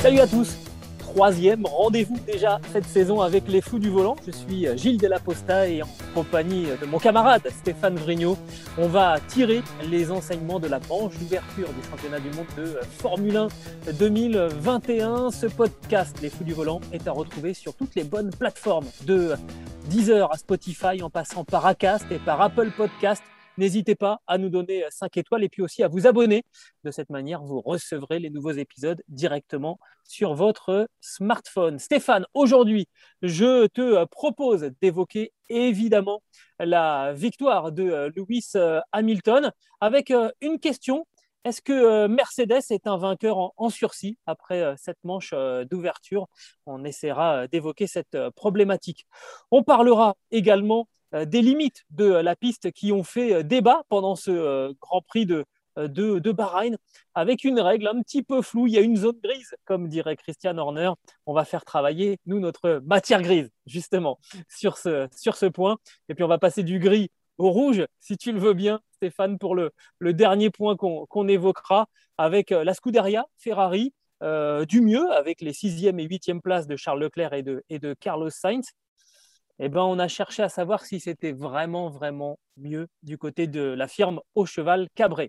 Salut à tous, troisième rendez-vous déjà cette saison avec les fous du volant. Je suis Gilles Delaposta et en compagnie de mon camarade Stéphane Vrignot, on va tirer les enseignements de la manche d'ouverture du championnat du monde de Formule 1 2021. Ce podcast, les fous du volant, est à retrouver sur toutes les bonnes plateformes de Deezer à Spotify en passant par Acast et par Apple Podcast. N'hésitez pas à nous donner 5 étoiles et puis aussi à vous abonner. De cette manière, vous recevrez les nouveaux épisodes directement sur votre smartphone. Stéphane, aujourd'hui, je te propose d'évoquer évidemment la victoire de Lewis Hamilton avec une question. Est-ce que Mercedes est un vainqueur en sursis après cette manche d'ouverture? On essaiera d'évoquer cette problématique. On parlera également des limites de la piste qui ont fait débat pendant ce Grand Prix de Bahreïn, avec une règle un petit peu floue. Il y a une zone grise, comme dirait Christian Horner. On va faire travailler, nous, notre matière grise, justement, sur ce point. Et puis, on va passer du gris au rouge, si tu le veux bien, Stéphane, pour le dernier point qu'on évoquera, avec la Scuderia Ferrari, du mieux, avec les 6e et 8e places de Charles Leclerc et de Carlos Sainz. Eh ben, on a cherché à savoir si c'était vraiment, vraiment mieux du côté de la firme Au Cheval Cabré.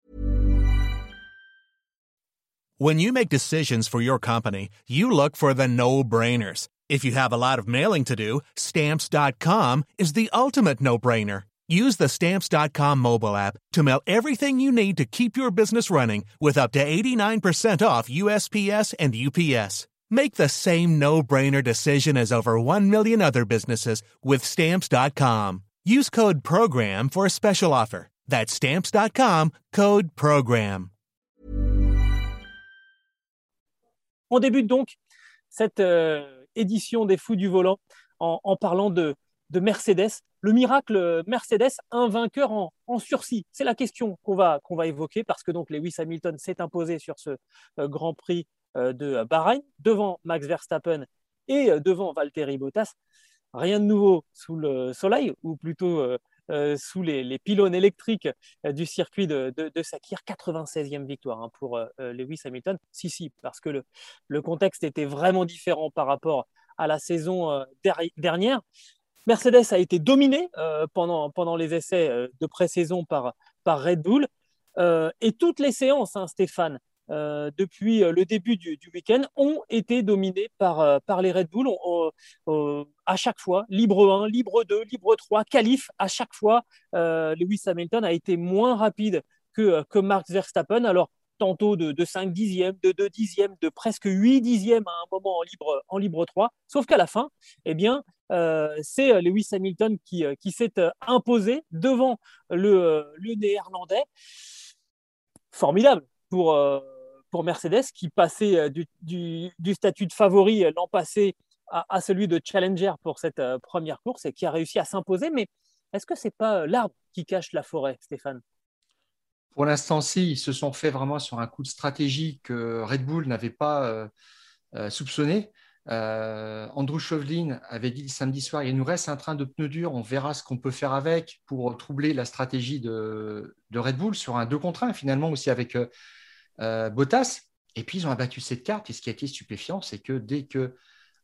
When you make decisions for your company, you look for the no-brainers. If you have a lot of mailing to do, Stamps.com is the ultimate no-brainer. Use the Stamps.com mobile app to mail everything you need to keep your business running with up to 89% off USPS and UPS. Make the same no-brainer decision as over 1 million other businesses with Stamps.com. Use code PROGRAM for a special offer. That's Stamps.com, code PROGRAM. On débute donc cette édition des Fous du Volant en parlant de Mercedes. Le miracle Mercedes, un vainqueur en sursis. C'est la question qu'on va évoquer parce que donc Lewis Hamilton s'est imposé sur ce Grand Prix de Bahreïn devant Max Verstappen et devant Valtteri Bottas. Rien de nouveau sous le soleil, ou plutôt sous les pylônes électriques du circuit de Sakir. 96e victoire pour Lewis Hamilton. Si, parce que le contexte était vraiment différent par rapport à la saison dernière. Mercedes a été dominée pendant les essais de pré-saison par Red Bull. Et toutes les séances, Stéphane, depuis le début du week-end, ont été dominées par les Red Bull. À chaque fois, libre 1, libre 2, libre 3, qualif, à chaque fois, Lewis Hamilton a été moins rapide que Max Verstappen. Alors, tantôt de 5 dixièmes, de 2 dixièmes, de presque 8 dixièmes à un moment en libre 3. Sauf qu'à la fin, eh bien, c'est Lewis Hamilton qui s'est imposé devant le Néerlandais. Formidable pour Mercedes, qui passait du statut de favori l'an passé à celui de challenger pour cette première course et qui a réussi à s'imposer. Mais est-ce que ce n'est pas l'arbre qui cache la forêt, Stéphane? Pour l'instant, si, ils se sont fait vraiment sur un coup de stratégie que Red Bull n'avait pas soupçonné. Andrew Chauvelin avait dit le samedi soir, il nous reste un train de pneus durs, on verra ce qu'on peut faire avec pour troubler la stratégie de Red Bull sur un 2 contre 1 finalement aussi avec Bottas. Et puis ils ont abattu cette carte et ce qui a été stupéfiant, c'est que dès que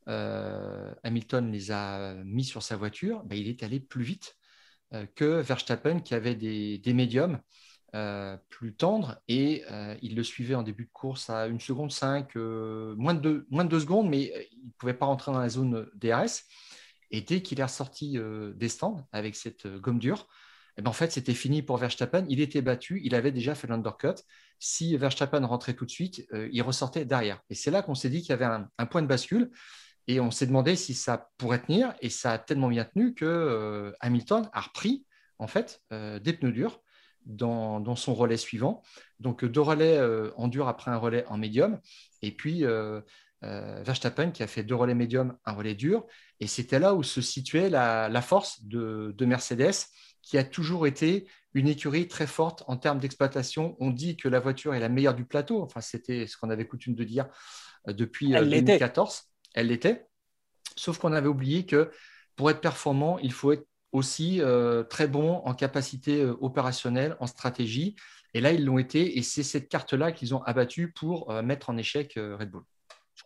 Hamilton les a mis sur sa voiture, il est allé plus vite que Verstappen qui avait des médiums plus tendre et il le suivait en début de course à 1 seconde 5, moins de 2 secondes, mais il ne pouvait pas rentrer dans la zone DRS. Et dès qu'il est ressorti des stands avec cette gomme dure, en fait, c'était fini pour Verstappen. Il était battu, il avait déjà fait l'undercut. Si Verstappen rentrait tout de suite, il ressortait derrière. Et c'est là qu'on s'est dit qu'il y avait un point de bascule. Et on s'est demandé si ça pourrait tenir. Et ça a tellement bien tenu que Hamilton a repris en fait, des pneus durs dans son relais suivant. Donc, 2 relais en dur après un relais en médium. Et puis, Verstappen qui a fait 2 relais médium, un relais dur. Et c'était là où se situait la force de Mercedes, qui a toujours été une écurie très forte en termes d'exploitation. On dit que la voiture est la meilleure du plateau. Enfin, c'était ce qu'on avait coutume de dire depuis 2014. Elle l'était. Sauf qu'on avait oublié que pour être performant, il faut être aussi très bon en capacité opérationnelle, en stratégie. Et là, ils l'ont été. Et c'est cette carte-là qu'ils ont abattue pour mettre en échec Red Bull.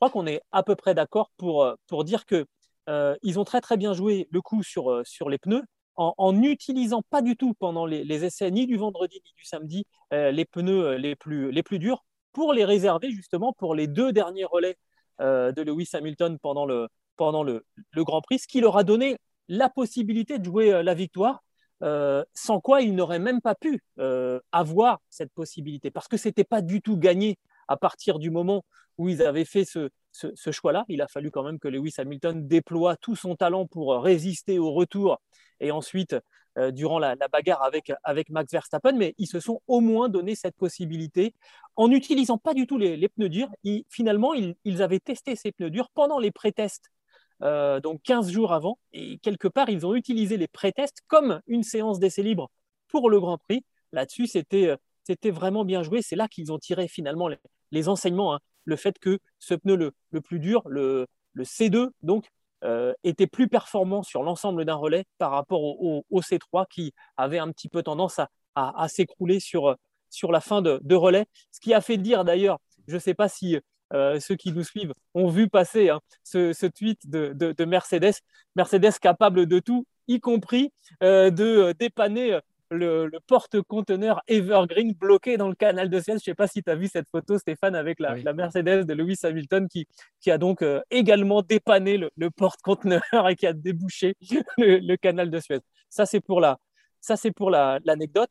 crois qu'on est à peu près d'accord pour dire que ils ont très très bien joué le coup sur les pneus en n'utilisant pas du tout pendant les essais ni du vendredi ni du samedi les pneus les plus durs pour les réserver justement pour les 2 derniers relais de Lewis Hamilton pendant le Grand Prix, ce qui leur a donné la possibilité de jouer la victoire, sans quoi ils n'auraient même pas pu avoir cette possibilité, parce que ce n'était pas du tout gagné à partir du moment où ils avaient fait ce choix-là. Il a fallu quand même que Lewis Hamilton déploie tout son talent pour résister au retour et ensuite durant la bagarre avec Max Verstappen, mais ils se sont au moins donné cette possibilité en n'utilisant pas du tout les pneus durs. Finalement, ils avaient testé ces pneus durs pendant les pré-tests, donc 15 jours avant, et quelque part, ils ont utilisé les pré-tests comme une séance d'essai libre pour le Grand Prix. Là-dessus, c'était vraiment bien joué. C'est là qu'ils ont tiré finalement les enseignements, hein. Le fait que ce pneu le plus dur, le C2, donc, était plus performant sur l'ensemble d'un relais par rapport au C3 qui avait un petit peu tendance à s'écrouler sur la fin de relais. Ce qui a fait dire d'ailleurs, je ne sais pas si ceux qui nous suivent ont vu passer, hein, ce tweet de Mercedes. Mercedes capable de tout, y compris de dépanner le porte-conteneur Evergreen bloqué dans le canal de Suez. Je ne sais pas si tu as vu cette photo, Stéphane, avec Oui. la Mercedes de Lewis Hamilton qui a donc également dépanné le porte-conteneur et qui a débouché le canal de Suez. Ça, c'est pour l'anecdote.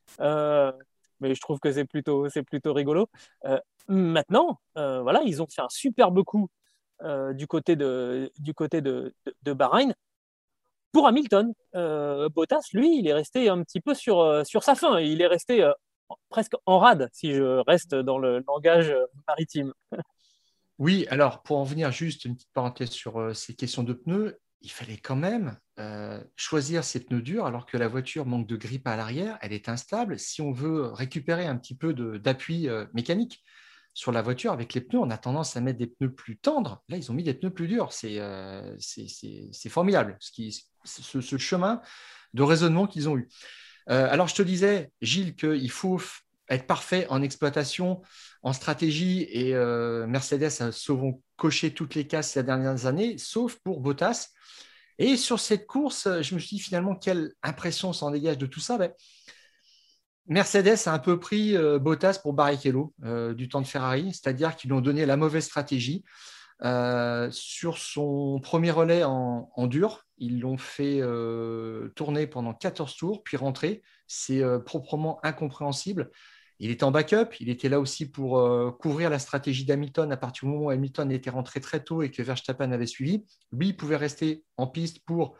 Mais je trouve que c'est plutôt rigolo. Maintenant, voilà, ils ont fait un superbe coup du côté de Bahreïn. Pour Hamilton, Bottas, lui, il est resté un petit peu sur sa fin. Il est resté presque en rade, si je reste dans le langage maritime. Oui, alors pour en venir juste une petite parenthèse sur ces questions de pneus, il fallait quand même choisir ces pneus durs alors que la voiture manque de grippe à l'arrière, elle est instable. Si on veut récupérer un petit peu d'appui mécanique sur la voiture avec les pneus, on a tendance à mettre des pneus plus tendres. Là, ils ont mis des pneus plus durs. C'est formidable ce chemin de raisonnement qu'ils ont eu. Alors, je te disais, Gilles, qu'il faut être parfait en exploitation, en stratégie, et Mercedes a souvent coché toutes les cases ces dernières années, sauf pour Bottas. Et sur cette course, je me suis dit finalement, quelle impression s'en dégage de tout ça. Mercedes a un peu pris Bottas pour Barrichello du temps de Ferrari, c'est-à-dire qu'ils lui ont donné la mauvaise stratégie. Sur son premier relais en dur, ils l'ont fait tourner pendant 14 tours, puis rentrer. C'est proprement incompréhensible. Il était en backup, il était là aussi pour couvrir la stratégie d'Hamilton à partir du moment où Hamilton était rentré très tôt et que Verstappen avait suivi. Lui, il pouvait rester en piste pour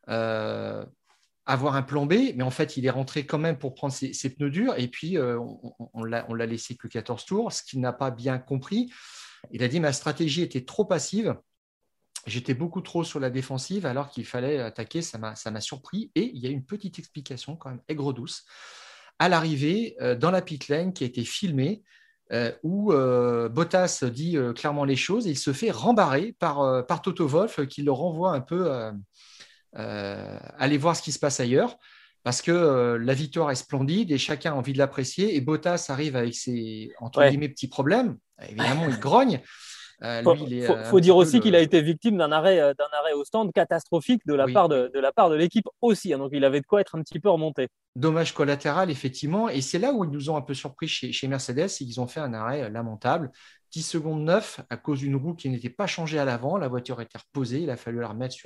avoir un plan B, mais en fait, il est rentré quand même pour prendre ses pneus durs et puis on l'a laissé que 14 tours, ce qu'il n'a pas bien compris. Il a dit ma stratégie était trop passive, j'étais beaucoup trop sur la défensive alors qu'il fallait attaquer, ça m'a surpris. Et il y a une petite explication quand même aigre-douce à l'arrivée dans la pit lane qui a été filmée où Bottas dit clairement les choses et il se fait rembarrer par Toto Wolff qui le renvoie un peu aller voir ce qui se passe ailleurs parce que la victoire est splendide et chacun a envie de l'apprécier et Bottas arrive avec ses entre guillemets petits problèmes. Évidemment, il grogne. Faut dire aussi qu'il a été victime d'un arrêt au stand catastrophique de la part de l'équipe aussi, hein, donc il avait de quoi être un petit peu remonté. Dommage collatéral, effectivement, et c'est là où ils nous ont un peu surpris chez Mercedes, ils ont fait un arrêt lamentable, 10 secondes 9 à cause d'une roue qui n'était pas changée à l'avant, la voiture était reposée, il a fallu la remettre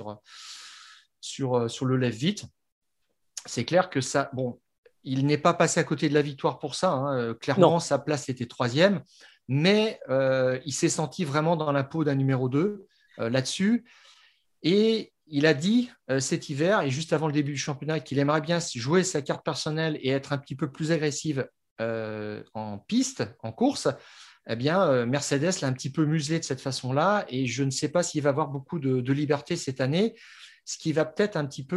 sur le lève vite. C'est clair que ça, bon, il n'est pas passé à côté de la victoire pour ça, hein. Clairement, sa place était 3e. Mais il s'est senti vraiment dans la peau d'un numéro 2 là-dessus. Et il a dit cet hiver, et juste avant le début du championnat, qu'il aimerait bien jouer sa carte personnelle et être un petit peu plus agressive en piste, en course. Eh bien, Mercedes l'a un petit peu muselé de cette façon-là, et je ne sais pas s'il va avoir beaucoup de liberté cette année, ce qui va peut-être un petit peu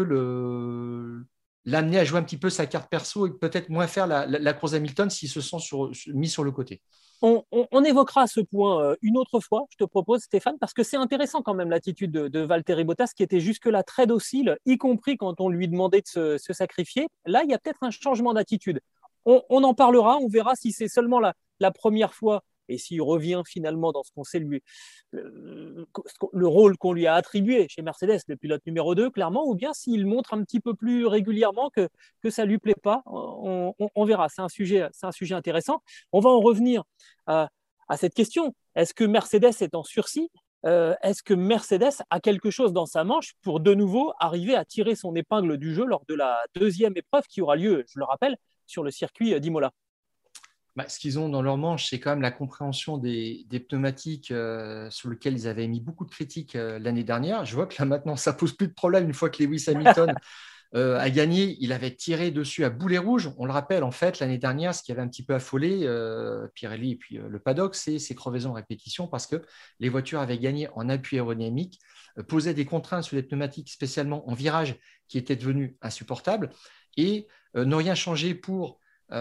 l'amener à jouer un petit peu sa carte perso et peut-être moins faire la course Hamilton s'ils se sont mis sur le côté. On évoquera ce point une autre fois, je te propose, Stéphane, parce que c'est intéressant quand même l'attitude de Valtteri Bottas qui était jusque-là très docile, y compris quand on lui demandait de se sacrifier. Là, il y a peut-être un changement d'attitude. On en parlera, on verra si c'est seulement la première fois et s'il revient finalement dans ce qu'on sait le rôle qu'on lui a attribué chez Mercedes, le pilote numéro 2, clairement, ou bien s'il montre un petit peu plus régulièrement que ça ne lui plaît pas. On verra, c'est un sujet intéressant. On va en revenir à cette question. Est-ce que Mercedes est en sursis? Est-ce que Mercedes a quelque chose dans sa manche pour de nouveau arriver à tirer son épingle du jeu lors de la deuxième épreuve qui aura lieu, je le rappelle, sur le circuit d'Imola? Ce qu'ils ont dans leur manche, c'est quand même la compréhension des pneumatiques sur lesquels ils avaient mis beaucoup de critiques l'année dernière. Je vois que là maintenant, ça pose plus de problème une fois que Lewis Hamilton a gagné. Il avait tiré dessus à boulet rouge. On le rappelle, en fait, l'année dernière, ce qui avait un petit peu affolé Pirelli et puis le paddock, c'est ces crevaisons à répétition parce que les voitures avaient gagné en appui aérodynamique, posaient des contraintes sur les pneumatiques, spécialement en virage, qui étaient devenues insupportables. Et ne rien changer pour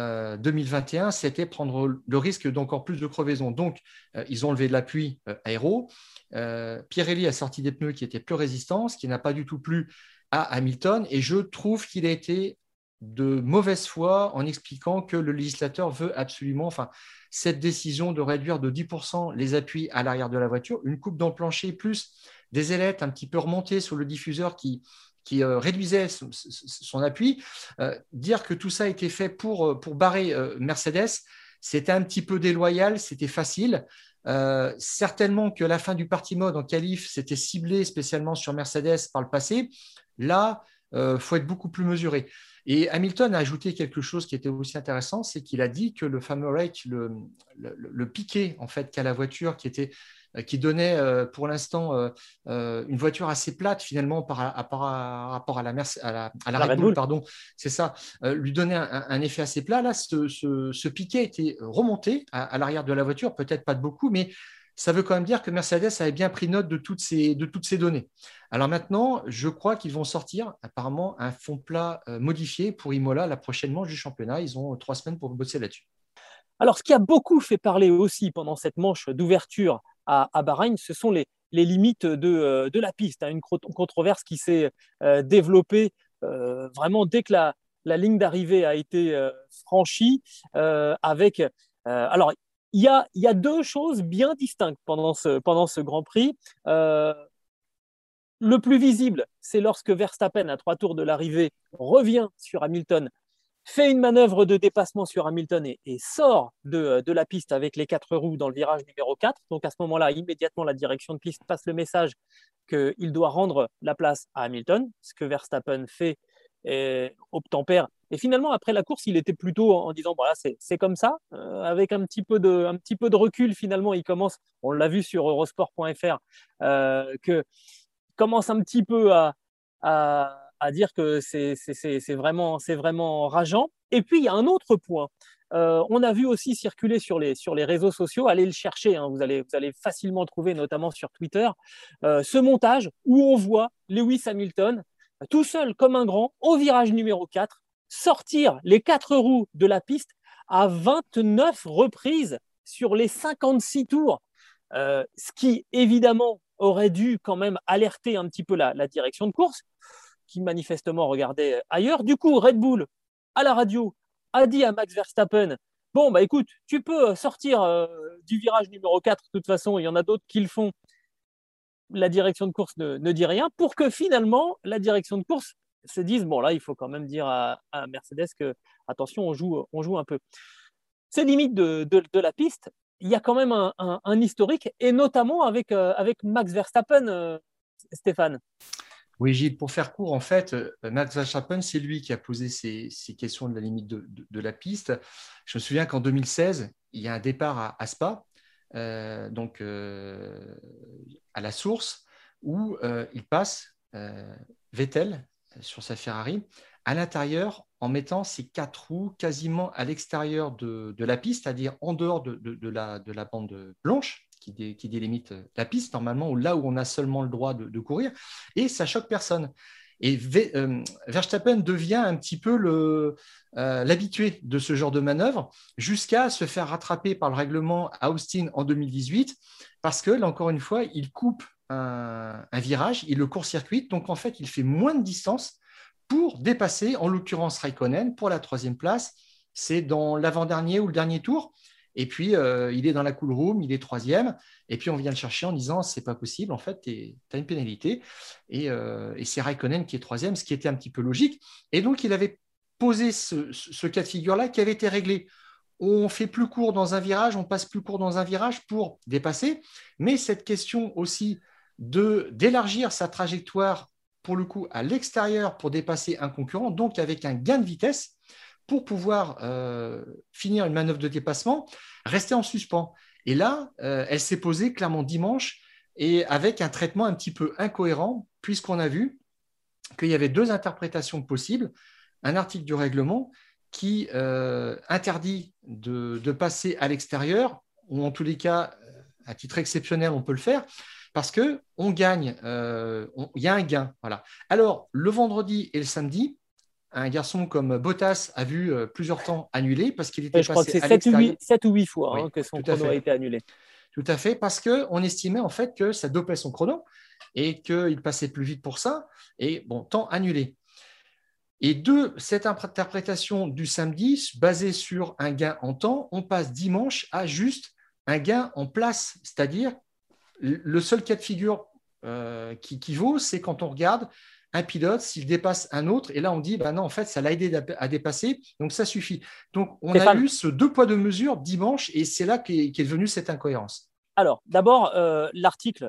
2021, c'était prendre le risque d'encore plus de crevaisons. Donc, ils ont levé de l'appui aéro. Pirelli a sorti des pneus qui étaient plus résistants, ce qui n'a pas du tout plu à Hamilton. Et je trouve qu'il a été de mauvaise foi en expliquant que le législateur veut absolument, cette décision de réduire de 10% les appuis à l'arrière de la voiture, une coupe dans le plancher, plus des ailettes un petit peu remontées sur le diffuseur qui réduisait son appui, dire que tout ça a été fait pour barrer Mercedes, c'était un petit peu déloyal, c'était facile. Certainement que la fin du party mode en qualif, c'était ciblé spécialement sur Mercedes par le passé. Là, faut être beaucoup plus mesuré. Et Hamilton a ajouté quelque chose qui était aussi intéressant, c'est qu'il a dit que le fameux rake, le piqué en fait qu'a la voiture, qui donnait pour l'instant une voiture assez plate finalement par rapport à la Red Bull, pardon, c'est ça, lui donnait un effet assez plat. Là, ce piqué était remonté à l'arrière de la voiture, peut-être pas de beaucoup, mais ça veut quand même dire que Mercedes avait bien pris note de toutes ces données. Alors maintenant, je crois qu'ils vont sortir apparemment un fond plat modifié pour Imola, la prochaine manche du championnat. Ils ont 3 semaines pour bosser là-dessus. Alors, ce qui a beaucoup fait parler aussi pendant cette manche d'ouverture à Bahreïn, ce sont les limites de la piste. Une controverse qui s'est développée vraiment dès que la ligne d'arrivée a été franchie avec… alors, il y a deux choses bien distinctes pendant ce Grand Prix. Le plus visible, c'est lorsque Verstappen, à 3 tours de l'arrivée, revient sur Hamilton, fait une manœuvre de dépassement sur Hamilton et sort de la piste avec les 4 roues dans le virage numéro 4. Donc à ce moment-là, immédiatement, la direction de piste passe le message qu'il doit rendre la place à Hamilton, ce que Verstappen fait obtempère. Et finalement, après la course, il était plutôt en disant voilà, c'est comme ça, avec un petit peu de recul. Finalement, il commence, on l'a vu sur Eurosport.fr, que commence un petit peu à dire que c'est vraiment rageant. Et puis, il y a un autre point. On a vu aussi circuler sur les réseaux sociaux, allez le chercher, vous allez facilement trouver, notamment sur Twitter, ce montage où on voit Lewis Hamilton tout seul comme un grand au virage numéro 4, sortir les 4 roues de la piste à 29 reprises sur les 56 tours. Ce qui, évidemment, aurait dû quand même alerter un petit peu la direction de course, qui manifestement regardait ailleurs. Du coup, Red Bull, à la radio, a dit à Max Verstappen bon, bah écoute, tu peux sortir du virage numéro 4, de toute façon, il y en a d'autres qui le font. La direction de course ne dit rien, pour que finalement, la direction de course se dise bon, là, il faut quand même dire à Mercedes que, attention, on joue un peu. Ces limites de la piste, il y a quand même un historique, et notamment avec Max Verstappen, Stéphane. Oui, Gilles, pour faire court, en fait, Max Verstappen, c'est lui qui a posé ces questions de la limite de la piste. Je me souviens qu'en 2016, il y a un départ à Spa, donc à la source, où il passe Vettel sur sa Ferrari à l'intérieur en mettant ses 4 roues quasiment à l'extérieur de la piste, c'est-à-dire en dehors de la bande blanche qui délimite la piste, normalement, là où on a seulement le droit de courir, et ça choque personne. Et Verstappen devient un petit peu l'habitué de ce genre de manœuvre, jusqu'à se faire rattraper par le règlement à Austin en 2018, parce que, là encore une fois, il coupe un virage, il le court-circuite, donc en fait, il fait moins de distance pour dépasser, en l'occurrence, Raikkonen pour la 3e place. C'est dans l'avant-dernier ou le dernier tour. Et puis, il est dans la cool room, il est troisième. Et puis, on vient le chercher en disant, c'est pas possible, en fait, tu as une pénalité. Et c'est Raikkonen qui est troisième, ce qui était un petit peu logique. Et donc, il avait posé ce cas de figure-là qui avait été réglé. On fait plus court dans un virage, on passe plus court dans un virage pour dépasser. Mais cette question aussi d'élargir sa trajectoire, pour le coup, à l'extérieur pour dépasser un concurrent, donc avec un gain de vitesse, pour pouvoir finir une manœuvre de dépassement, rester en suspens. Et là, elle s'est posée clairement dimanche et avec un traitement un petit peu incohérent, puisqu'on a vu qu'il y avait deux interprétations possibles. Un article du règlement qui interdit de passer à l'extérieur, ou en tous les cas, à titre exceptionnel, on peut le faire, parce qu'on gagne, il y a un gain. Voilà. Alors, le vendredi et le samedi, un garçon comme Bottas a vu plusieurs temps annulé parce qu'il était Je crois que passé c'est à l'extérieur. 7 ou 8 fois Oui, que son tout à chrono a fait. été annulé. Tout à fait, parce qu'on estimait en fait que ça dopait son chrono et qu'il passait plus vite pour ça. Et bon, temps annulé. Et de cette interprétation du samedi, basée sur un gain en temps, on passe dimanche à juste un gain en place. C'est-à-dire, le seul cas de figure qui vaut, c'est quand on regarde un pilote, s'il dépasse un autre, et là on dit, bah non, en fait, ça l'a aidé à dépasser, donc ça suffit. Donc on a eu ce deux poids, deux mesures dimanche, et c'est là qu'est devenue cette incohérence. Alors, d'abord, l'article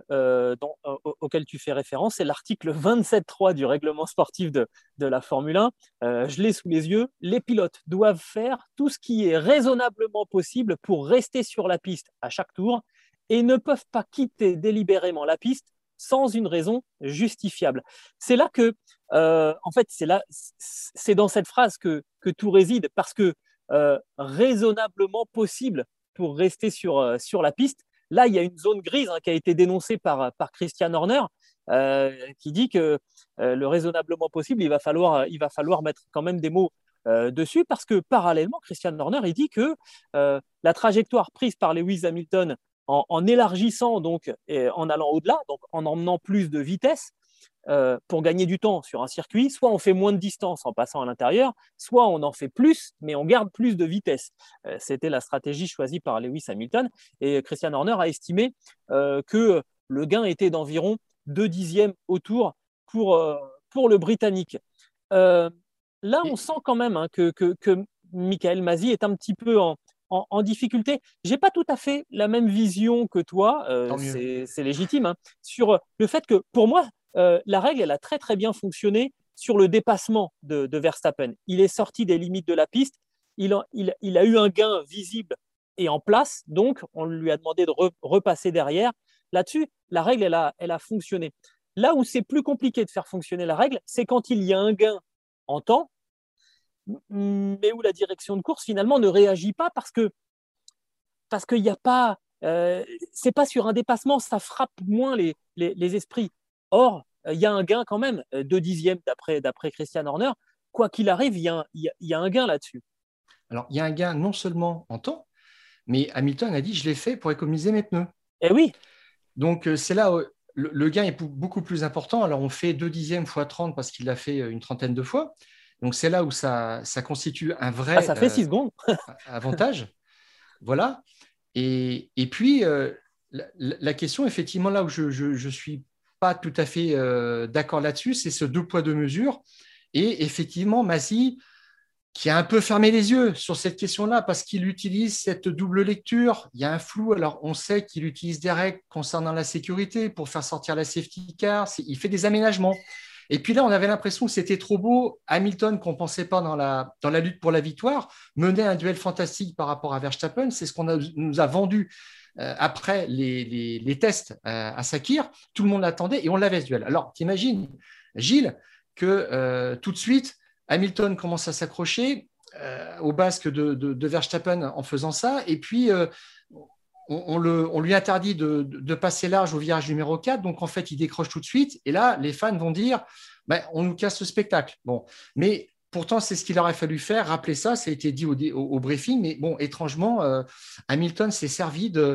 auquel tu fais référence, c'est l'article 27.3 du règlement sportif de la Formule 1. Je l'ai sous les yeux. Les pilotes doivent faire tout ce qui est raisonnablement possible pour rester sur la piste à chaque tour et ne peuvent pas quitter délibérément la piste sans une raison justifiable. C'est là que, en fait, c'est dans cette phrase que tout réside, parce que raisonnablement possible pour rester sur la piste. Là, il y a une zone grise qui a été dénoncée par Christian Horner, qui dit que le raisonnablement possible, il va falloir mettre quand même des mots dessus, parce que parallèlement, Christian Horner, il dit que la trajectoire prise par Lewis Hamilton en élargissant, donc, et en allant au-delà, donc en emmenant plus de vitesse, pour gagner du temps sur un circuit, soit on fait moins de distance en passant à l'intérieur, soit on en fait plus, mais on garde plus de vitesse. C'était la stratégie choisie par Lewis Hamilton, et Christian Horner a estimé que le gain était d'environ 2 dixièmes au tour pour le Britannique. Là, on sent quand même que Michael Masi est un petit peu en difficulté. Je n'ai pas tout à fait la même vision que toi, c'est légitime, sur le fait que, pour moi, la règle, elle a très très bien fonctionné sur le dépassement de Verstappen. Il est sorti des limites de la piste, il a eu un gain visible et en place, donc on lui a demandé de repasser derrière. Là-dessus, la règle, elle a fonctionné. Là où c'est plus compliqué de faire fonctionner la règle, c'est quand il y a un gain en temps, mais où la direction de course finalement ne réagit pas parce qu'il n'y a pas, c'est pas sur un dépassement, ça frappe moins les esprits. Or, il y a un gain quand même, 2 dixièmes d'après Christian Horner. Quoi qu'il arrive, il y a un gain là-dessus. Alors, il y a un gain non seulement en temps, mais Hamilton a dit, je l'ai fait pour économiser mes pneus. Eh oui. Donc, c'est là où le gain est beaucoup plus important. Alors, on fait 2 dixièmes fois 30 parce qu'il l'a fait une trentaine de fois. Donc, c'est là où ça constitue un vrai ça fait 6 secondes. avantage. Voilà. Et puis, la question, effectivement, là où je ne suis pas tout à fait d'accord là-dessus, c'est ce deux poids, deux mesures. Et effectivement, Masi, qui a un peu fermé les yeux sur cette question-là parce qu'il utilise cette double lecture. Il y a un flou. Alors, on sait qu'il utilise des règles concernant la sécurité pour faire sortir la safety car. Il fait des aménagements. Et puis là, on avait l'impression que c'était trop beau. Hamilton, qu'on ne pensait pas dans la lutte pour la victoire, menait un duel fantastique par rapport à Verstappen. C'est ce qu'on nous a vendu après les tests à Sakir. Tout le monde l'attendait et on l'avait ce duel. Alors, t'imagines, Gilles, que tout de suite, Hamilton commence à s'accrocher au basque de Verstappen en faisant ça. Et puis, on lui interdit de passer large au virage numéro 4. Donc, en fait, il décroche tout de suite. Et là, les fans vont dire, on nous casse le spectacle. Bon, mais pourtant, c'est ce qu'il aurait fallu faire. Rappeler ça, ça a été dit au briefing. Mais bon, étrangement, Hamilton s'est servi de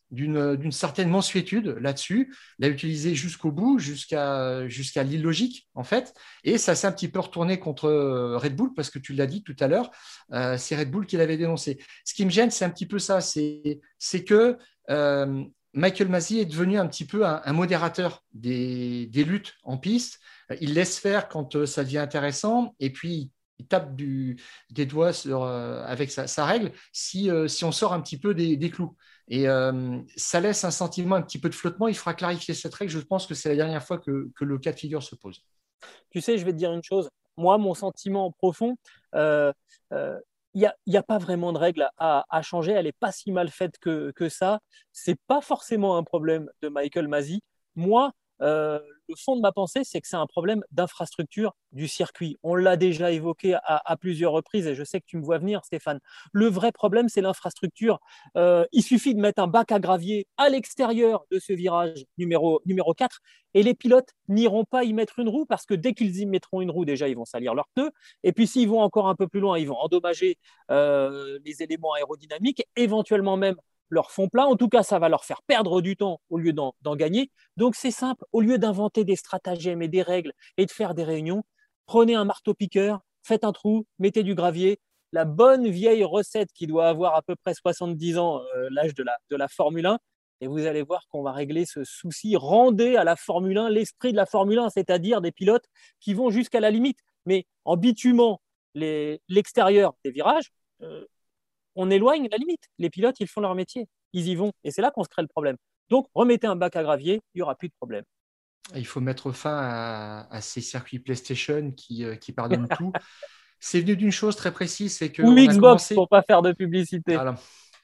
d'une certaine mansuétude là-dessus, l'a utilisé jusqu'au bout, jusqu'à l'illogique, en fait. Et ça s'est un petit peu retourné contre Red Bull, parce que tu l'as dit tout à l'heure, c'est Red Bull qui l'avait dénoncé. Ce qui me gêne, c'est un petit peu ça, c'est que Michael Masi est devenu un petit peu un modérateur des luttes en piste. Il laisse faire quand ça devient intéressant, et puis il tape des doigts avec sa règle si on sort un petit peu des clous. Et ça laisse un sentiment un petit peu de flottement. Il faudra clarifier cette règle. Je pense que c'est la dernière fois que le cas de figure se pose. Tu sais, je vais te dire une chose. Moi, mon sentiment profond, euh, il n'y a pas vraiment de règle à changer. Elle n'est pas si mal faite que ça. Ce n'est pas forcément un problème de Michael Masi. Moi, le fond de ma pensée, c'est que c'est un problème d'infrastructure du circuit. On l'a déjà évoqué à plusieurs reprises et je sais que tu me vois venir, Stéphane. Le vrai problème, c'est l'infrastructure. Il suffit de mettre un bac à gravier à l'extérieur de ce virage numéro 4 et les pilotes n'iront pas y mettre une roue parce que dès qu'ils y mettront une roue, déjà, ils vont salir leurs pneus. Et puis, s'ils vont encore un peu plus loin, ils vont endommager les éléments aérodynamiques, éventuellement même leur fond plat. En tout cas, ça va leur faire perdre du temps au lieu d'en gagner. Donc, c'est simple. Au lieu d'inventer des stratagèmes et des règles et de faire des réunions, prenez un marteau-piqueur, faites un trou, mettez du gravier. La bonne vieille recette qui doit avoir à peu près 70 ans, l'âge de la Formule 1, et vous allez voir qu'on va régler ce souci. Rendez à la Formule 1 l'esprit de la Formule 1, c'est-à-dire des pilotes qui vont jusqu'à la limite. Mais en bitumant l'extérieur des virages, on éloigne la limite. Les pilotes, ils font leur métier. Ils y vont. Et c'est là qu'on se crée le problème. Donc, remettez un bac à gravier, il n'y aura plus de problème. Il faut mettre fin à ces circuits PlayStation qui pardonnent tout. C'est venu d'une chose très précise, c'est Ou qu'on a Xbox, commencé… pour ne pas faire de publicité. Voilà.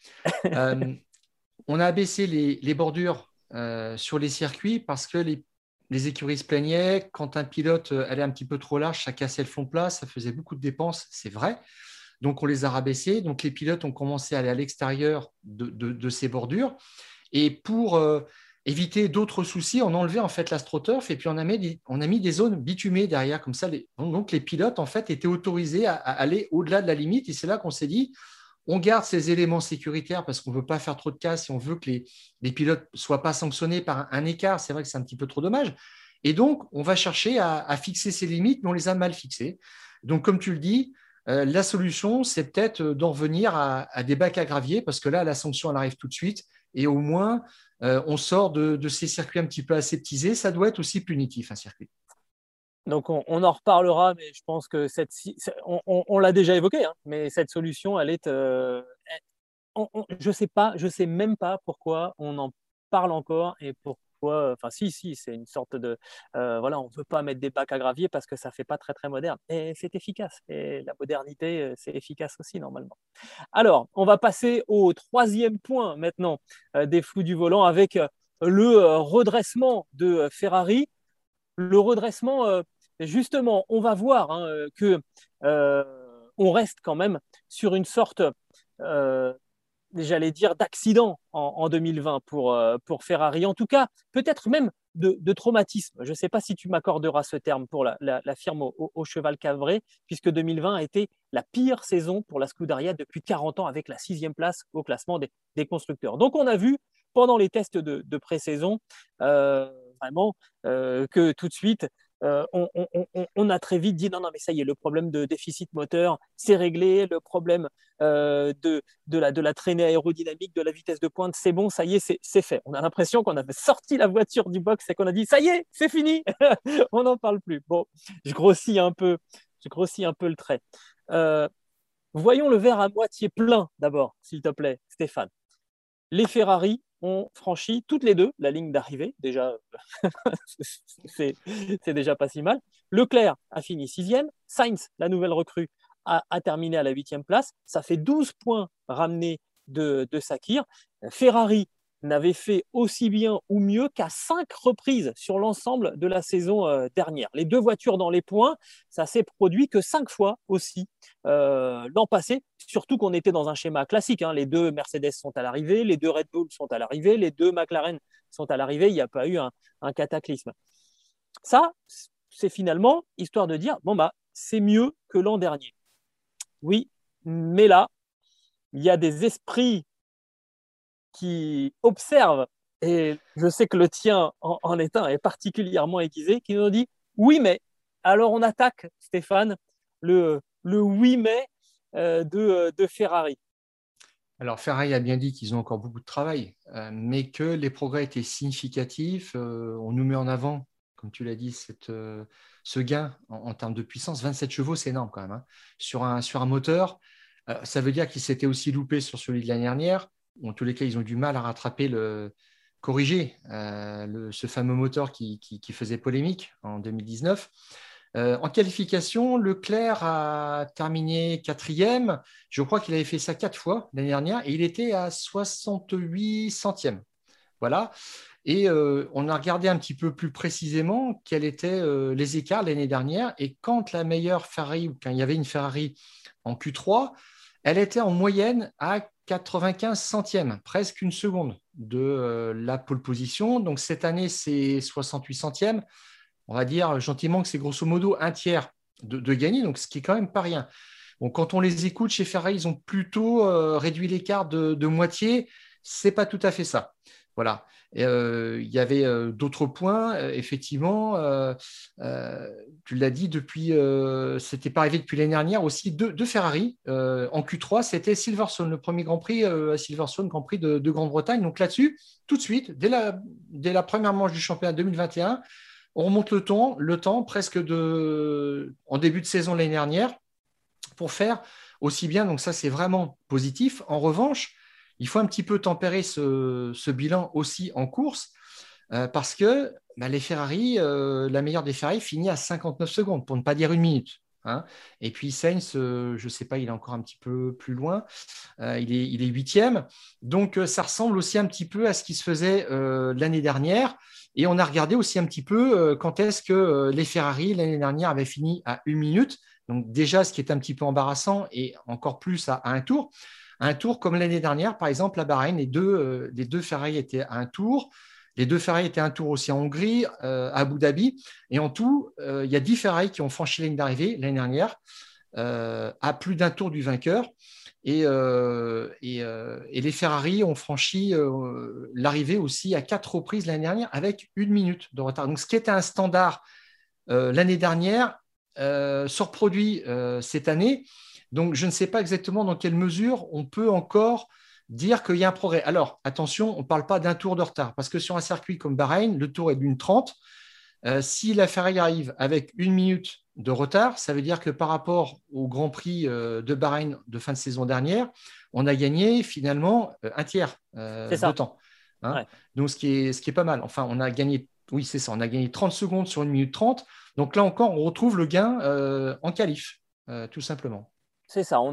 On a abaissé les bordures sur les circuits parce que les écuries se plaignaient. Quand un pilote allait un petit peu trop large, ça cassait le fond plat, ça faisait beaucoup de dépenses, c'est vrai. Donc, on les a rabaissés. Donc, les pilotes ont commencé à aller à l'extérieur de ces bordures. Et pour éviter d'autres soucis, on a enlevé en fait l'astroturf et puis on a mis des zones bitumées derrière. Comme ça, donc, les pilotes en fait étaient autorisés à aller au-delà de la limite. Et c'est là qu'on s'est dit, on garde ces éléments sécuritaires parce qu'on ne veut pas faire trop de casse et on veut que les pilotes ne soient pas sanctionnés par un écart. C'est vrai que c'est un petit peu trop dommage. Et donc, on va chercher à fixer ces limites, mais on les a mal fixées. Donc, comme tu le dis, la solution, c'est peut-être d'en revenir à des bacs à gravier parce que là, la sanction, elle arrive tout de suite et au moins, on sort de ces circuits un petit peu aseptisés. Ça doit être aussi punitif, un circuit. Donc, on en reparlera, mais je pense que on l'a déjà évoqué, hein, mais cette solution, elle est. Je sais même pas pourquoi on en parle encore et pourquoi. Enfin, si, c'est une sorte de. Voilà, on ne veut pas mettre des bacs à gravier parce que ça fait pas très, très moderne. Et c'est efficace. Et la modernité, c'est efficace aussi, normalement. Alors, on va passer au troisième point maintenant des fous du volant avec le redressement de Ferrari. Le redressement, justement, on va voir hein, que on reste quand même sur une sorte, euh, j'allais dire, d'accident en 2020 pour Ferrari. En tout cas, peut-être même de traumatisme. Je ne sais pas si tu m'accorderas ce terme pour la firme au cheval cabré, puisque 2020 a été la pire saison pour la Scuderia depuis 40 ans avec la 6e place au classement des constructeurs. Donc, on a vu pendant les tests de pré-saison, vraiment, que tout de suite, on a très vite dit non, mais ça y est, le problème de déficit moteur, c'est réglé, le problème de la traînée aérodynamique, de la vitesse de pointe, c'est bon, ça y est, c'est fait. On a l'impression qu'on avait sorti la voiture du box et qu'on a dit ça y est, c'est fini, on n'en parle plus. Bon, je grossis un peu le trait. Voyons le verre à moitié plein d'abord, s'il te plaît, Stéphane. Les Ferrari ont franchi toutes les deux la ligne d'arrivée. Déjà, c'est déjà pas si mal. Leclerc a fini 6e. Sainz, la nouvelle recrue, a terminé à la 8e place. Ça fait 12 points ramenés de Sakir. Ferrari n'avait fait aussi bien ou mieux qu'à 5 reprises sur l'ensemble de la saison dernière. Les deux voitures dans les points, ça s'est produit que 5 fois aussi l'an passé, surtout qu'on était dans un schéma classique. Hein. Les deux Mercedes sont à l'arrivée, les deux Red Bull sont à l'arrivée, les deux McLaren sont à l'arrivée, il n'y a pas eu un cataclysme. Ça, c'est finalement histoire de dire, bon, bah, c'est mieux que l'an dernier. Oui, mais là, il y a des esprits qui observe, et je sais que le tien en est un, est particulièrement aiguisé, qui nous dit oui, mais alors on attaque, Stéphane, le oui, mais de Ferrari. Alors, Ferrari a bien dit qu'ils ont encore beaucoup de travail, mais que les progrès étaient significatifs. On nous met en avant, comme tu l'as dit, ce gain en termes de puissance. 27 chevaux, c'est énorme quand même, hein. Sur un moteur, ça veut dire qu'ils s'étaient aussi loupés sur celui de l'année dernière. En tous les cas, ils ont du mal à corriger ce fameux moteur qui faisait polémique en 2019. En qualification, Leclerc a terminé quatrième. Je crois qu'il avait fait ça 4 fois l'année dernière et il était à 68 centièmes. Voilà. Et on a regardé un petit peu plus précisément quels étaient les écarts l'année dernière. Et quand la meilleure Ferrari, ou quand il y avait une Ferrari en Q3, elle était en moyenne à 95 centièmes, presque une seconde de la pole position. Donc cette année, c'est 68 centièmes. On va dire gentiment que c'est grosso modo un tiers de gagner, donc ce qui est quand même pas rien. Bon, quand on les écoute chez Ferrari, ils ont plutôt réduit l'écart de moitié. C'est pas tout à fait ça. Voilà. Il y avait d'autres points, effectivement. Tu l'as dit, c'était pas arrivé depuis l'année dernière aussi deux Ferrari en Q3. C'était Silverstone, le premier Grand Prix à Silverstone, Grand Prix de Grande-Bretagne. Donc là-dessus, tout de suite, dès la première manche du championnat 2021, on remonte le temps presque en début de saison l'année dernière pour faire aussi bien. Donc ça, c'est vraiment positif. En revanche, il faut un petit peu tempérer ce bilan aussi en course parce que les Ferrari, la meilleure des Ferrari finit à 59 secondes, pour ne pas dire une minute. Hein. Et puis Sainz, je ne sais pas, il est encore un petit peu plus loin. Il est huitième. Donc, ça ressemble aussi un petit peu à ce qui se faisait l'année dernière. Et on a regardé aussi un petit peu quand est-ce que les Ferrari, l'année dernière, avaient fini à une minute. Donc, déjà, ce qui est un petit peu embarrassant et encore plus à un tour. Un tour comme l'année dernière, par exemple, à Bahreïn, les deux Ferrari étaient à un tour. Les deux Ferrari étaient à un tour aussi en Hongrie, à Abu Dhabi. Et en tout, il y a 10 Ferrari qui ont franchi la ligne d'arrivée l'année dernière, à plus d'un tour du vainqueur. Et les Ferrari ont franchi l'arrivée aussi à 4 reprises l'année dernière avec une minute de retard. Donc, ce qui était un standard l'année dernière se reproduit cette année. Donc, je ne sais pas exactement dans quelle mesure on peut encore dire qu'il y a un progrès. Alors, attention, on ne parle pas d'un tour de retard, parce que sur un circuit comme Bahreïn, le tour est d'une 30. Si la Ferrari arrive avec une minute de retard, ça veut dire que par rapport au Grand Prix de Bahreïn de fin de saison dernière, on a gagné finalement un tiers de temps. Hein. Ouais. Donc, ce qui est pas mal. Enfin, on a gagné, oui, c'est ça, on a gagné 30 secondes sur une minute 30. Donc là encore, on retrouve le gain en qualif, tout simplement. C'est ça,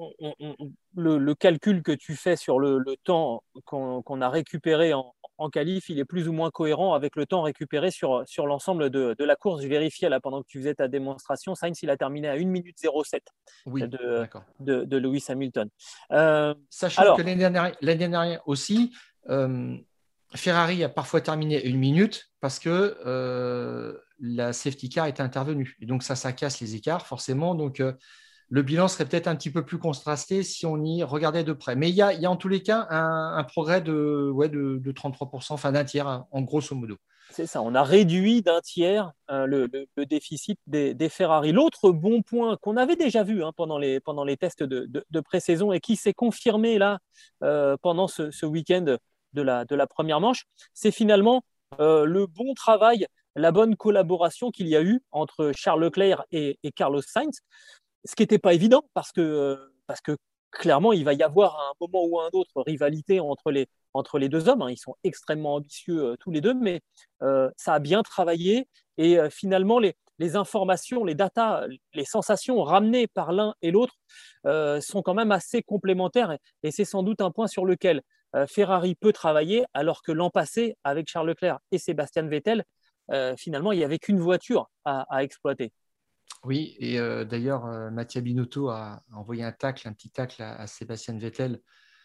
le calcul que tu fais sur le temps qu'on a récupéré en qualif, il est plus ou moins cohérent avec le temps récupéré sur l'ensemble de la course. Je vérifiais là pendant que tu faisais ta démonstration. Sainz, il a terminé à 1 minute 07 oui, de Lewis Hamilton. Sachant que l'année dernière aussi, Ferrari a parfois terminé à 1 minute parce que la safety car est intervenue. Et donc ça casse les écarts forcément. Donc le bilan serait peut-être un petit peu plus contrasté si on y regardait de près. Mais il y a en tous les cas un progrès de 33%, enfin d'un tiers, en grosso modo. C'est ça, on a réduit d'un tiers le déficit des Ferrari. L'autre bon point qu'on avait déjà vu pendant les tests de pré-saison et qui s'est confirmé là pendant ce week-end de la première manche, c'est finalement le bon travail, la bonne collaboration qu'il y a eu entre Charles Leclerc et Carlos Sainz. Ce qui n'était pas évident parce que clairement, il va y avoir à un moment ou à un autre rivalité entre les deux hommes. Ils sont extrêmement ambitieux tous les deux, mais ça a bien travaillé et finalement, les informations, les datas, les sensations ramenées par l'un et l'autre sont quand même assez complémentaires et c'est sans doute un point sur lequel Ferrari peut travailler alors que l'an passé, avec Charles Leclerc et Sébastien Vettel, finalement, il n'y avait qu'une voiture à exploiter. Oui, et d'ailleurs, Mattia Binotto a envoyé un petit tacle à Sébastien Vettel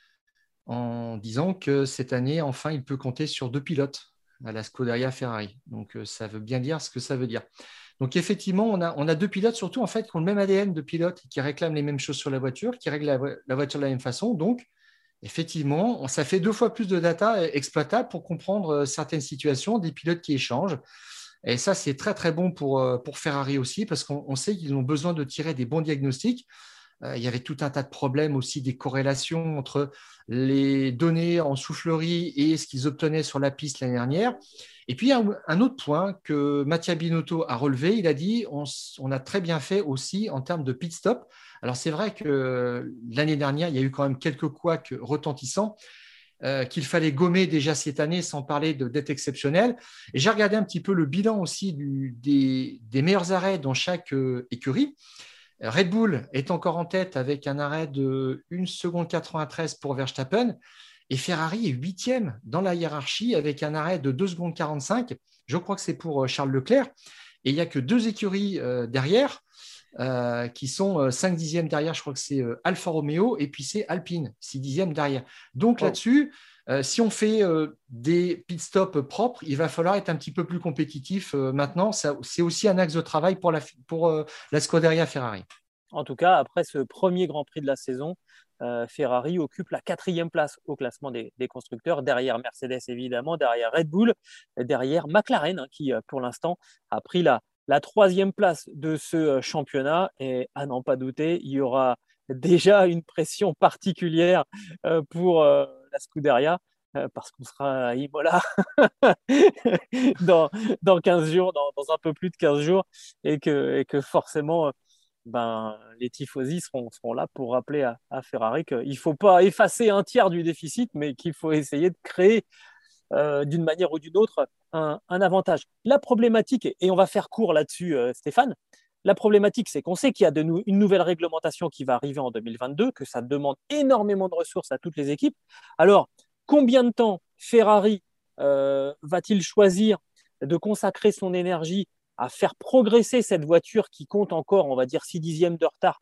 en disant que cette année, enfin, il peut compter sur 2 pilotes à la Scuderia Ferrari. Donc, ça veut bien dire ce que ça veut dire. Donc, effectivement, on a 2 pilotes, surtout, en fait, qui ont le même ADN de pilote et qui réclament les mêmes choses sur la voiture, qui règlent la voiture de la même façon. Donc, effectivement, ça fait 2 fois plus de data exploitable pour comprendre certaines situations, des pilotes qui échangent. Et ça, c'est très, très bon pour Ferrari aussi, parce qu'on sait qu'ils ont besoin de tirer des bons diagnostics. Il y avait tout un tas de problèmes aussi, des corrélations entre les données en soufflerie et ce qu'ils obtenaient sur la piste l'année dernière. Et puis, il y a un autre point que Mattia Binotto a relevé. Il a dit on a très bien fait aussi en termes de pit stop. Alors, c'est vrai que l'année dernière, il y a eu quand même quelques couacs retentissants qu'il fallait gommer déjà cette année, sans parler de dette exceptionnelle. Et j'ai regardé un petit peu le bilan aussi des meilleurs arrêts dans chaque écurie. Red Bull est encore en tête avec un arrêt de 1 seconde 93 pour Verstappen. Et Ferrari est 8e dans la hiérarchie avec un arrêt de 2 secondes 45. Je crois que c'est pour Charles Leclerc. Et il n'y a que 2 écuries derrière qui sont 5 dixièmes derrière. Je crois que c'est Alfa Romeo et puis c'est Alpine, 6 dixièmes derrière. Donc Là-dessus, si on fait des pit stops propres, il va falloir être un petit peu plus compétitif maintenant. C'est aussi un axe de travail pour la Scuderia Ferrari. En tout cas, après ce premier Grand Prix de la saison, Ferrari occupe la 4e place au classement des constructeurs, derrière Mercedes évidemment, derrière Red Bull, derrière McLaren, qui pour l'instant a pris la 3e place de ce championnat. Et à n'en pas douter, il y aura déjà une pression particulière pour la Scuderia, parce qu'on sera à Imola dans 15 jours, dans un peu plus de 15 jours, et que forcément les tifosi seront là pour rappeler à Ferrari qu'il ne faut pas effacer un tiers du déficit, mais qu'il faut essayer de créer d'une manière ou d'une autre un avantage. La problématique, et on va faire court là-dessus, Stéphane, la problématique, c'est qu'on sait qu'il y a une nouvelle réglementation qui va arriver en 2022, que ça demande énormément de ressources à toutes les équipes. Alors, combien de temps Ferrari va-t-il choisir de consacrer son énergie à faire progresser cette voiture qui compte encore, on va dire, 6 dixièmes de retard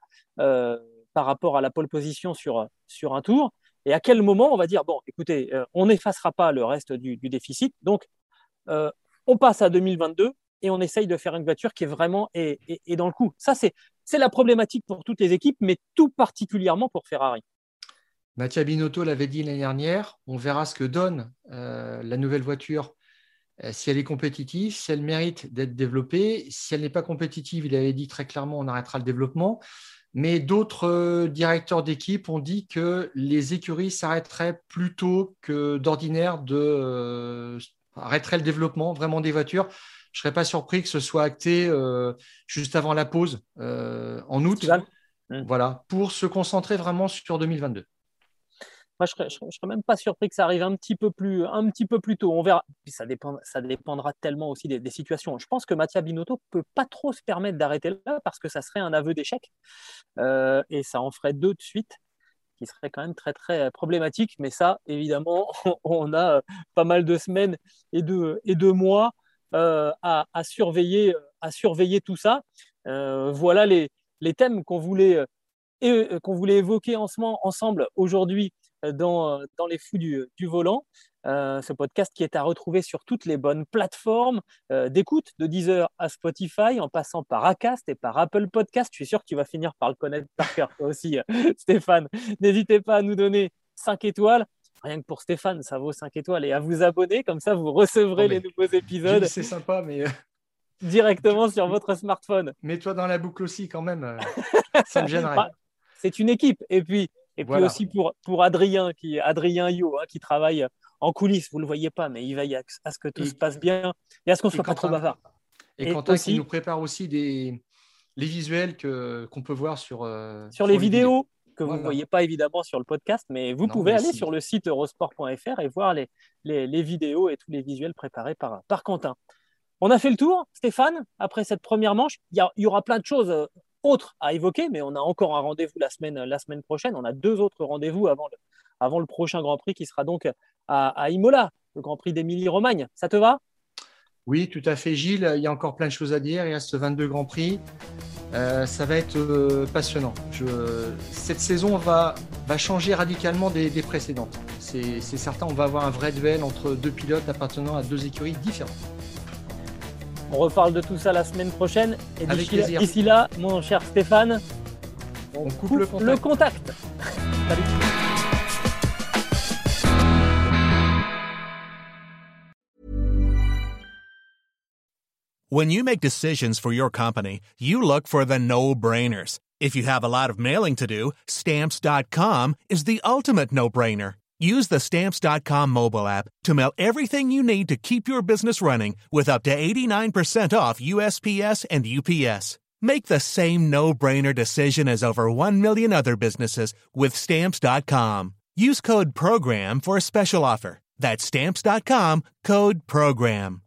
par rapport à la pole position sur un tour? Et à quel moment on va dire, bon, écoutez, on n'effacera pas le reste du déficit, donc on passe à 2022 et on essaye de faire une voiture qui est vraiment est dans le coup. Ça, c'est la problématique pour toutes les équipes, mais tout particulièrement pour Ferrari. Mattia Binotto l'avait dit l'année dernière, on verra ce que donne la nouvelle voiture, si elle est compétitive, si elle mérite d'être développée. Si elle n'est pas compétitive, il avait dit très clairement, on arrêtera le développement. Mais d'autres directeurs d'équipe ont dit que les écuries s'arrêteraient plus tôt que d'ordinaire, arrêteraient le développement vraiment des voitures. Je ne serais pas surpris que ce soit acté juste avant la pause en août, voilà, pour se concentrer vraiment sur 2022. Moi, je ne serais même pas surpris que ça arrive un petit peu plus tôt. On verra. Puis ça dépendra tellement aussi des situations. Je pense que Mattia Binotto ne peut pas trop se permettre d'arrêter là, parce que ça serait un aveu d'échec. Et ça en ferait 2 de suite, qui seraient quand même très, très problématiques. Mais ça, évidemment, on a pas mal de semaines et de mois à surveiller tout ça. Voilà les thèmes qu'on voulait évoquer ensemble aujourd'hui dans les fous du volant. Ce podcast qui est à retrouver sur toutes les bonnes plateformes d'écoute, de Deezer à Spotify, en passant par Acast et par Apple Podcast. Je suis sûr que tu vas finir par le connaître par cœur, toi aussi, Stéphane. N'hésitez pas à nous donner 5 étoiles. Rien que pour Stéphane, ça vaut 5 étoiles. Et à vous abonner, comme ça, vous recevrez les nouveaux épisodes. C'est sympa, mais directement sur votre smartphone. Mets-toi dans la boucle aussi, quand même. Ça me gênerait. C'est une équipe. Et puis aussi pour Adrien Yo, qui travaille en coulisses. Vous ne le voyez pas, mais il veille à ce que tout se passe bien et à ce qu'on ne soit pas trop bavard. Et Quentin aussi, qui nous prépare aussi les visuels qu'on peut voir sur les vidéos que vous ne voyez pas évidemment sur le podcast, mais vous pouvez aller sur le site eurosport.fr et voir les vidéos et tous les visuels préparés par Quentin. On a fait le tour, Stéphane, après cette première manche. Il y aura plein de choses autres à évoquer, mais on a encore un rendez-vous la semaine prochaine. On a 2 autres rendez-vous avant le prochain Grand Prix qui sera donc à Imola, le Grand Prix d'Émilie-Romagne. Ça te va ? Oui, tout à fait, Gilles. Il y a encore plein de choses à dire. Il reste 22 Grands Prix. Ça va être passionnant. Cette saison va changer radicalement des précédentes. C'est certain, on va avoir un vrai duel entre 2 pilotes appartenant à 2 écuries différentes. On reparle de tout ça la semaine prochaine. Et d'ici là, mon cher Stéphane, on coupe le contact. Salut. When you make decisions for your company, you look for the no-brainers. If you have a lot of mailing to do, Stamps.com is the ultimate no-brainer. Use the Stamps.com mobile app to mail everything you need to keep your business running with up to 89% off USPS and UPS. Make the same no-brainer decision as over 1 million other businesses with Stamps.com. Use code PROGRAM for a special offer. That's Stamps.com, code PROGRAM.